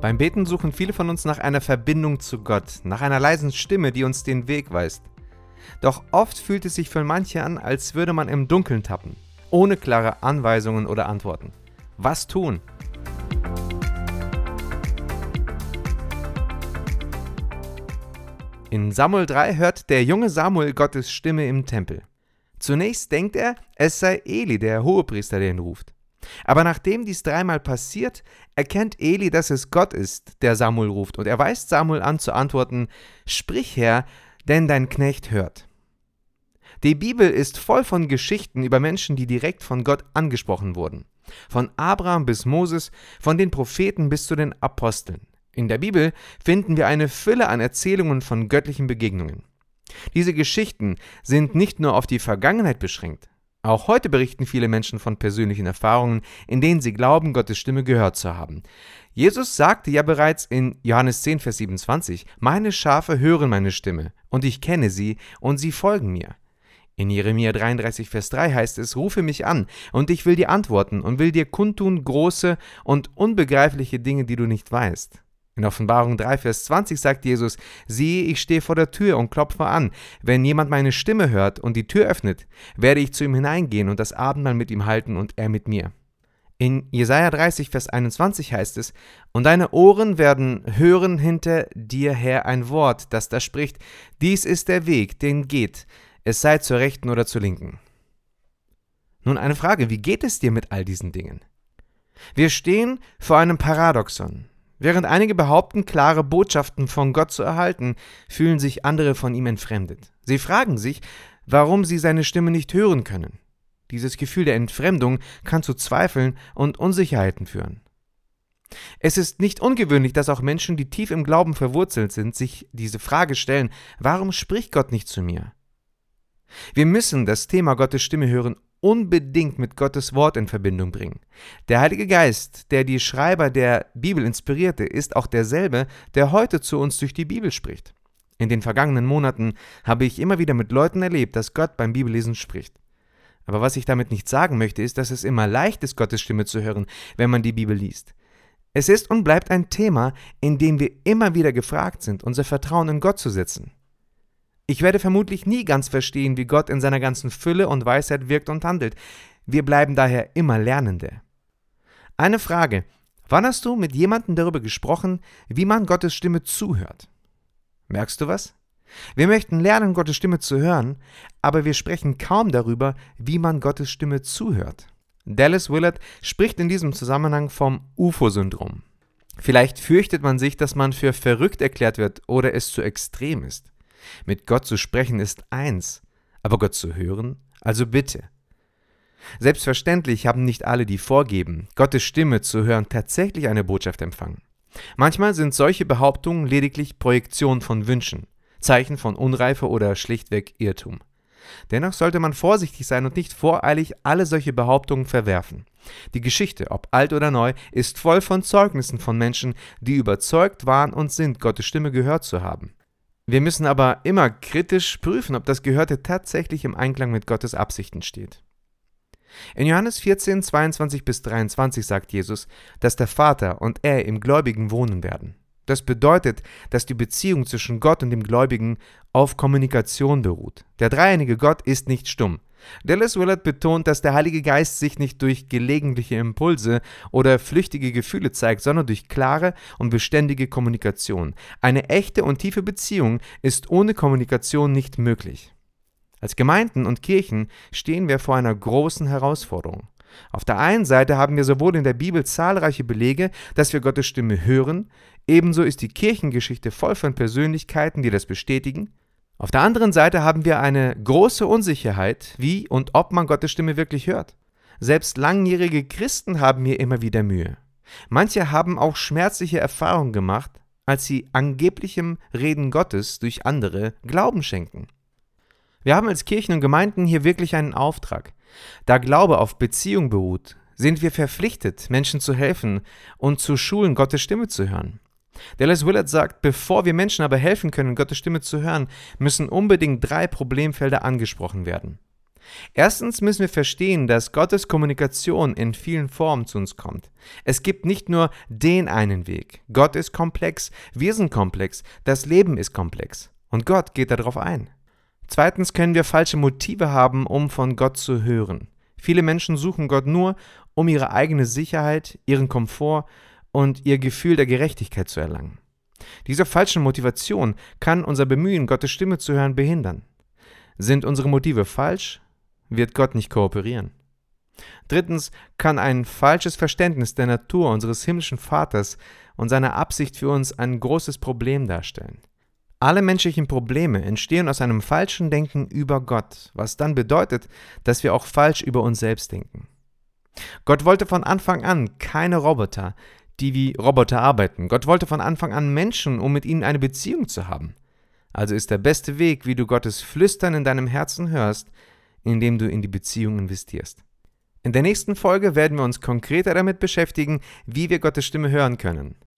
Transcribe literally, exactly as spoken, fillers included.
Beim Beten suchen viele von uns nach einer Verbindung zu Gott, nach einer leisen Stimme, die uns den Weg weist. Doch oft fühlt es sich für manche an, als würde man im Dunkeln tappen, ohne klare Anweisungen oder Antworten. Was tun? In Samuel drei hört der junge Samuel Gottes Stimme im Tempel. Zunächst denkt er, es sei Eli, der Hohepriester, der ihn ruft. Aber nachdem dies dreimal passiert, erkennt Eli, dass es Gott ist, der Samuel ruft, und er weist Samuel an zu antworten: Sprich, Herr, denn dein Knecht hört. Die Bibel ist voll von Geschichten über Menschen, die direkt von Gott angesprochen wurden. Von Abraham bis Moses, von den Propheten bis zu den Aposteln. In der Bibel finden wir eine Fülle an Erzählungen von göttlichen Begegnungen. Diese Geschichten sind nicht nur auf die Vergangenheit beschränkt. Auch heute berichten viele Menschen von persönlichen Erfahrungen, in denen sie glauben, Gottes Stimme gehört zu haben. Jesus sagte ja bereits in Johannes zehn, Vers siebenundzwanzig: Meine Schafe hören meine Stimme, und ich kenne sie, und sie folgen mir. In Jeremia dreiunddreißig, Vers drei heißt es: Rufe mich an, und ich will dir antworten und will dir kundtun große und unbegreifliche Dinge, die du nicht weißt. In Offenbarung drei, Vers zwanzig sagt Jesus: Siehe, ich stehe vor der Tür und klopfe an. Wenn jemand meine Stimme hört und die Tür öffnet, werde ich zu ihm hineingehen und das Abendmahl mit ihm halten und er mit mir. In Jesaja dreißig, Vers einundzwanzig heißt es: Und deine Ohren werden hören hinter dir her ein Wort, das da spricht: Dies ist der Weg, den geht, es sei zur Rechten oder zur Linken. Nun eine Frage: Wie geht es dir mit all diesen Dingen? Wir stehen vor einem Paradoxon. Während einige behaupten, klare Botschaften von Gott zu erhalten, fühlen sich andere von ihm entfremdet. Sie fragen sich, warum sie seine Stimme nicht hören können. Dieses Gefühl der Entfremdung kann zu Zweifeln und Unsicherheiten führen. Es ist nicht ungewöhnlich, dass auch Menschen, die tief im Glauben verwurzelt sind, sich diese Frage stellen: Warum spricht Gott nicht zu mir? Wir müssen das Thema Gottes Stimme hören unbedingt mit Gottes Wort in Verbindung bringen. Der Heilige Geist, der die Schreiber der Bibel inspirierte, ist auch derselbe, der heute zu uns durch die Bibel spricht. In den vergangenen Monaten habe ich immer wieder mit Leuten erlebt, dass Gott beim Bibellesen spricht. Aber was ich damit nicht sagen möchte, ist, dass es immer leicht ist, Gottes Stimme zu hören, wenn man die Bibel liest. Es ist und bleibt ein Thema, in dem wir immer wieder gefragt sind, unser Vertrauen in Gott zu setzen. Ich werde vermutlich nie ganz verstehen, wie Gott in seiner ganzen Fülle und Weisheit wirkt und handelt. Wir bleiben daher immer Lernende. Eine Frage: Wann hast du mit jemandem darüber gesprochen, wie man Gottes Stimme zuhört? Merkst du was? Wir möchten lernen, Gottes Stimme zu hören, aber wir sprechen kaum darüber, wie man Gottes Stimme zuhört. Dallas Willard spricht in diesem Zusammenhang vom U F O-Syndrom. Vielleicht fürchtet man sich, dass man für verrückt erklärt wird oder es zu extrem ist. Mit Gott zu sprechen ist eins, aber Gott zu hören, also bitte. Selbstverständlich haben nicht alle, die vorgeben, Gottes Stimme zu hören, tatsächlich eine Botschaft empfangen. Manchmal sind solche Behauptungen lediglich Projektion von Wünschen, Zeichen von Unreife oder schlichtweg Irrtum. Dennoch sollte man vorsichtig sein und nicht voreilig alle solche Behauptungen verwerfen. Die Geschichte, ob alt oder neu, ist voll von Zeugnissen von Menschen, die überzeugt waren und sind, Gottes Stimme gehört zu haben. Wir müssen aber immer kritisch prüfen, ob das Gehörte tatsächlich im Einklang mit Gottes Absichten steht. In Johannes vierzehn, zweiundzwanzig bis dreiundzwanzig sagt Jesus, dass der Vater und er im Gläubigen wohnen werden. Das bedeutet, dass die Beziehung zwischen Gott und dem Gläubigen auf Kommunikation beruht. Der dreieinige Gott ist nicht stumm. Dallas Willard betont, dass der Heilige Geist sich nicht durch gelegentliche Impulse oder flüchtige Gefühle zeigt, sondern durch klare und beständige Kommunikation. Eine echte und tiefe Beziehung ist ohne Kommunikation nicht möglich. Als Gemeinden und Kirchen stehen wir vor einer großen Herausforderung. Auf der einen Seite haben wir sowohl in der Bibel zahlreiche Belege, dass wir Gottes Stimme hören, ebenso ist die Kirchengeschichte voll von Persönlichkeiten, die das bestätigen. Auf der anderen Seite haben wir eine große Unsicherheit, wie und ob man Gottes Stimme wirklich hört. Selbst langjährige Christen haben hier immer wieder Mühe. Manche haben auch schmerzliche Erfahrungen gemacht, als sie angeblichem Reden Gottes durch andere Glauben schenken. Wir haben als Kirchen und Gemeinden hier wirklich einen Auftrag. Da Glaube auf Beziehung beruht, sind wir verpflichtet, Menschen zu helfen und zu schulen, Gottes Stimme zu hören. Dallas Willard sagt, bevor wir Menschen aber helfen können, Gottes Stimme zu hören, müssen unbedingt drei Problemfelder angesprochen werden. Erstens müssen wir verstehen, dass Gottes Kommunikation in vielen Formen zu uns kommt. Es gibt nicht nur den einen Weg. Gott ist komplex, wir sind komplex, das Leben ist komplex. Und Gott geht darauf ein. Zweitens können wir falsche Motive haben, um von Gott zu hören. Viele Menschen suchen Gott nur, um ihre eigene Sicherheit, ihren Komfort und ihr Gefühl der Gerechtigkeit zu erlangen. Diese falsche Motivation kann unser Bemühen, Gottes Stimme zu hören, behindern. Sind unsere Motive falsch, wird Gott nicht kooperieren. Drittens kann ein falsches Verständnis der Natur unseres himmlischen Vaters und seiner Absicht für uns ein großes Problem darstellen. Alle menschlichen Probleme entstehen aus einem falschen Denken über Gott, was dann bedeutet, dass wir auch falsch über uns selbst denken. Gott wollte von Anfang an keine Roboter, die wie Roboter arbeiten. Gott wollte von Anfang an Menschen, um mit ihnen eine Beziehung zu haben. Also ist der beste Weg, wie du Gottes Flüstern in deinem Herzen hörst, indem du in die Beziehung investierst. In der nächsten Folge werden wir uns konkreter damit beschäftigen, wie wir Gottes Stimme hören können.